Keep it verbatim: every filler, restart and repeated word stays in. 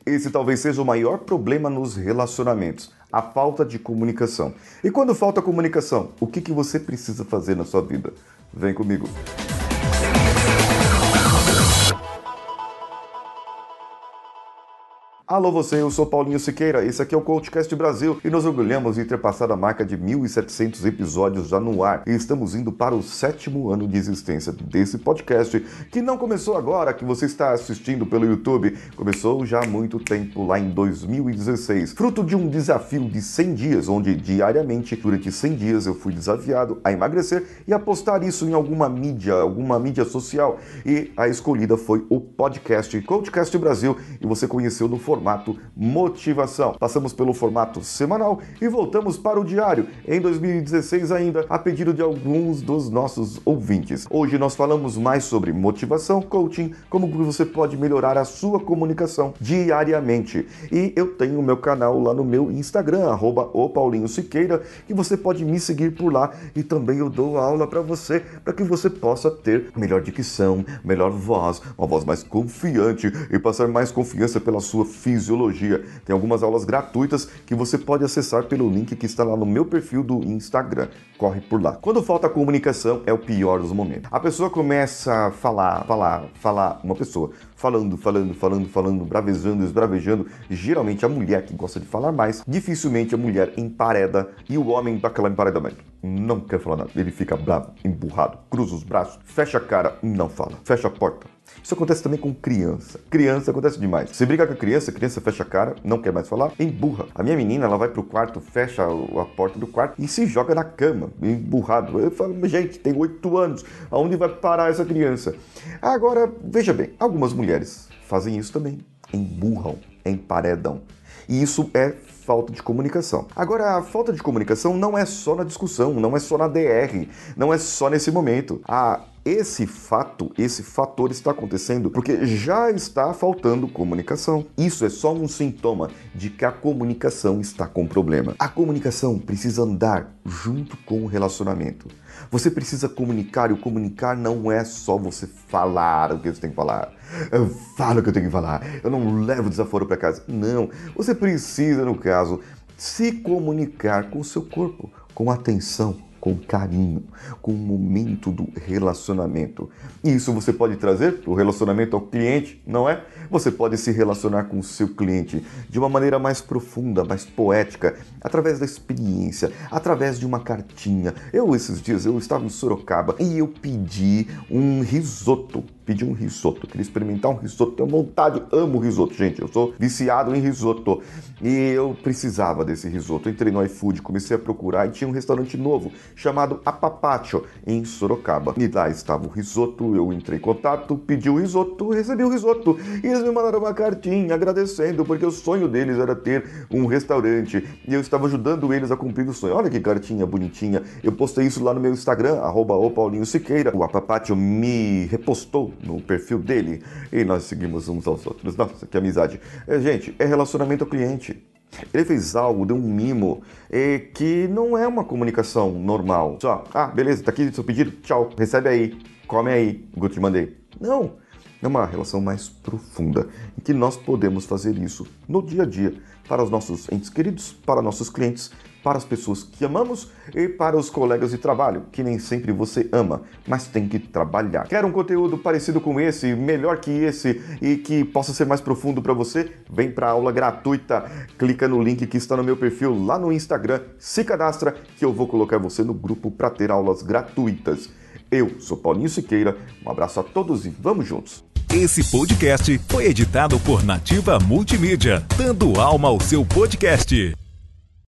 Esse talvez seja o maior problema nos relacionamentos, a falta de comunicação. E quando falta comunicação, o que que você precisa fazer na sua vida? Vem comigo. Alô você, eu sou Paulinho Siqueira, esse aqui é o CoachCast Brasil e nos orgulhamos de ter passado a marca de mil e setecentos episódios já no ar e estamos indo para o sétimo ano de existência desse podcast, que não começou agora, que você está assistindo pelo YouTube, começou já há muito tempo, lá em dois mil e dezesseis, fruto de um desafio de cem dias, onde diariamente, durante cem dias, eu fui desafiado a emagrecer e a postar isso em alguma mídia, alguma mídia social, e a escolhida foi o podcast CoachCast Brasil, e você conheceu no formato formato motivação. Passamos pelo formato semanal e voltamos para o diário em dois mil e dezesseis ainda, a pedido de alguns dos nossos ouvintes. Hoje nós falamos mais sobre motivação, coaching, como você pode melhorar a sua comunicação diariamente. E eu tenho o meu canal lá no meu Instagram, arroba o Paulinho Siqueira, que você pode me seguir por lá e também eu dou aula para você, para que você possa ter melhor dicção, melhor voz, uma voz mais confiante e passar mais confiança pela sua fisiologia. Tem algumas aulas gratuitas que você pode acessar pelo link que está lá no meu perfil do Instagram. Corre por lá. Quando falta comunicação, é o pior dos momentos. A pessoa começa a falar, falar, falar, uma pessoa falando, falando, falando, falando, bravejando, esbravejando. Geralmente a mulher que gosta de falar mais, dificilmente a mulher empareda e o homem dá aquela emparedamento. Não quer falar nada. Ele fica bravo, emburrado, cruza os braços, fecha a cara, não fala, fecha a porta. Isso acontece também com criança. Criança acontece demais. Você briga com a criança, a criança fecha a cara, não quer mais falar, emburra. A minha menina, ela vai pro quarto, fecha a porta do quarto e se joga na cama, emburrado. Eu falo, gente, tem oito anos, aonde vai parar essa criança? Agora, veja bem, algumas mulheres fazem isso também. Emburram, emparedam. E isso é falta de comunicação. Agora, a falta de comunicação não é só na discussão, não é só na D R, não é só nesse momento. A Esse fato, esse fator está acontecendo porque já está faltando comunicação. Isso é só um sintoma de que a comunicação está com problema. A comunicação precisa andar junto com o relacionamento. Você precisa comunicar, e o comunicar não é só você falar o que você tem que falar. Eu falo o que eu tenho que falar, eu não levo desaforo para casa. Não, você precisa, no caso, se comunicar com o seu corpo, com atenção, com carinho, com o momento do relacionamento. Isso você pode trazer para o relacionamento ao cliente, não é? Você pode se relacionar com o seu cliente de uma maneira mais profunda, mais poética, através da experiência, através de uma cartinha. Eu, esses dias, eu estava em Sorocaba e eu pedi um risoto. Pedi um risoto, queria experimentar um risoto, tenho vontade, amo risoto, gente, eu sou viciado em risoto e eu precisava desse risoto. Entrei no iFood, comecei a procurar e tinha um restaurante novo chamado Apapaccio em Sorocaba e lá estava o risoto. Eu entrei em contato, pedi o risoto, recebi o risoto e eles me mandaram uma cartinha agradecendo porque o sonho deles era ter um restaurante e eu estava ajudando eles a cumprir o sonho. Olha que cartinha bonitinha, eu postei isso lá no meu Instagram, arroba o Paulinho Siqueira. O Apapaccio me repostou no perfil dele e nós seguimos uns aos outros. Nossa, que amizade. É, gente, é relacionamento ao cliente. Ele fez algo, deu um mimo, é, que não é uma comunicação normal. Só, ah, beleza, tá aqui seu pedido, tchau, recebe aí, come aí, o que eu te mandei. Não, é uma relação mais profunda, em que nós podemos fazer isso no dia a dia, para os nossos entes queridos, para nossos clientes, para as pessoas que amamos e para os colegas de trabalho, que nem sempre você ama, mas tem que trabalhar. Quer um conteúdo parecido com esse, melhor que esse e que possa ser mais profundo para você? Vem para a aula gratuita, clica no link que está no meu perfil lá no Instagram, se cadastra que eu vou colocar você no grupo para ter aulas gratuitas. Eu sou Paulinho Siqueira, um abraço a todos e vamos juntos! Esse podcast foi editado por Nativa Multimídia, dando alma ao seu podcast.